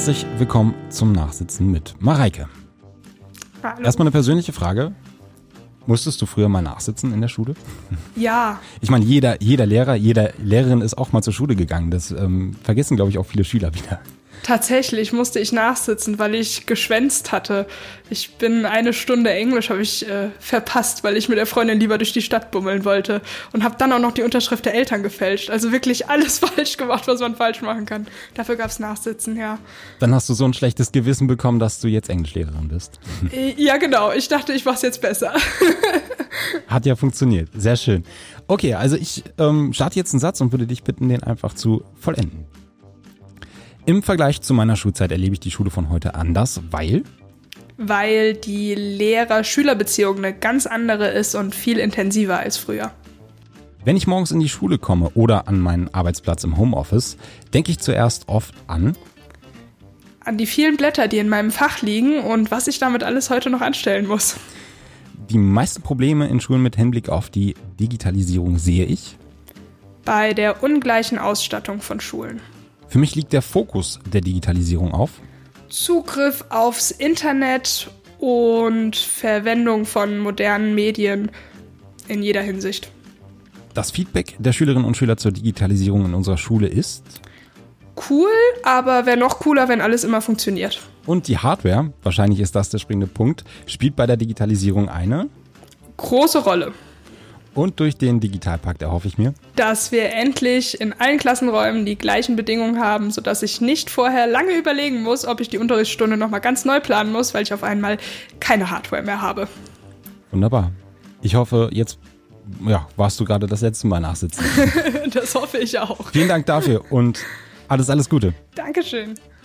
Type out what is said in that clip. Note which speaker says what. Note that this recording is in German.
Speaker 1: Herzlich willkommen zum Nachsitzen mit Mareike.
Speaker 2: Hallo.
Speaker 1: Erstmal eine persönliche Frage. Musstest du früher mal nachsitzen in der Schule?
Speaker 2: Ja,
Speaker 1: Ich meine, jeder Lehrer, jede Lehrerin ist auch mal zur Schule gegangen. Das vergessen, glaube ich, auch viele Schüler wieder.
Speaker 2: tatsächlich musste ich nachsitzen, weil ich geschwänzt hatte. Ich bin eine Stunde Englisch habe ich verpasst, weil ich mit der Freundin lieber durch die Stadt bummeln wollte und habe dann auch noch die Unterschrift der Eltern gefälscht. Also wirklich alles falsch gemacht, was man falsch machen kann. Dafür gab es Nachsitzen, ja.
Speaker 1: Dann hast du so ein schlechtes Gewissen bekommen, dass du jetzt Englischlehrerin bist.
Speaker 2: Ja, genau. Ich dachte, ich mach's jetzt besser.
Speaker 1: Hat ja funktioniert. Sehr schön. Okay, also ich starte jetzt einen Satz und würde dich bitten, den einfach zu vollenden. Im Vergleich zu meiner Schulzeit erlebe ich die Schule von heute anders,
Speaker 2: Weil die Lehrer-Schüler-Beziehung eine ganz andere ist und viel intensiver als früher.
Speaker 1: wenn ich morgens in die Schule komme oder an meinen Arbeitsplatz im Homeoffice, denke ich zuerst oft an
Speaker 2: Die vielen Blätter, die in meinem Fach liegen und was ich damit alles heute noch anstellen muss.
Speaker 1: die meisten Probleme in Schulen mit Hinblick auf die Digitalisierung sehe ich.
Speaker 2: Bei der ungleichen Ausstattung von Schulen.
Speaker 1: Für mich liegt der Fokus der Digitalisierung auf
Speaker 2: Zugriff aufs Internet und Verwendung von modernen Medien in jeder Hinsicht.
Speaker 1: das Feedback der Schülerinnen und Schüler zur Digitalisierung in unserer Schule ist
Speaker 2: Cool, aber wäre noch cooler, wenn alles immer funktioniert.
Speaker 1: und die Hardware, wahrscheinlich ist das der springende Punkt, spielt bei der Digitalisierung eine.
Speaker 2: Große Rolle.
Speaker 1: Und durch den Digitalpakt erhoffe ich mir,
Speaker 2: Dass wir endlich in allen Klassenräumen die gleichen Bedingungen haben, sodass ich nicht vorher lange überlegen muss, ob ich die Unterrichtsstunde nochmal ganz neu planen muss, weil ich auf einmal keine Hardware mehr habe.
Speaker 1: wunderbar. Ich hoffe, jetzt warst du gerade das letzte Mal nachsitzen.
Speaker 2: Das hoffe ich auch.
Speaker 1: Vielen Dank dafür und alles Gute.
Speaker 2: Dankeschön.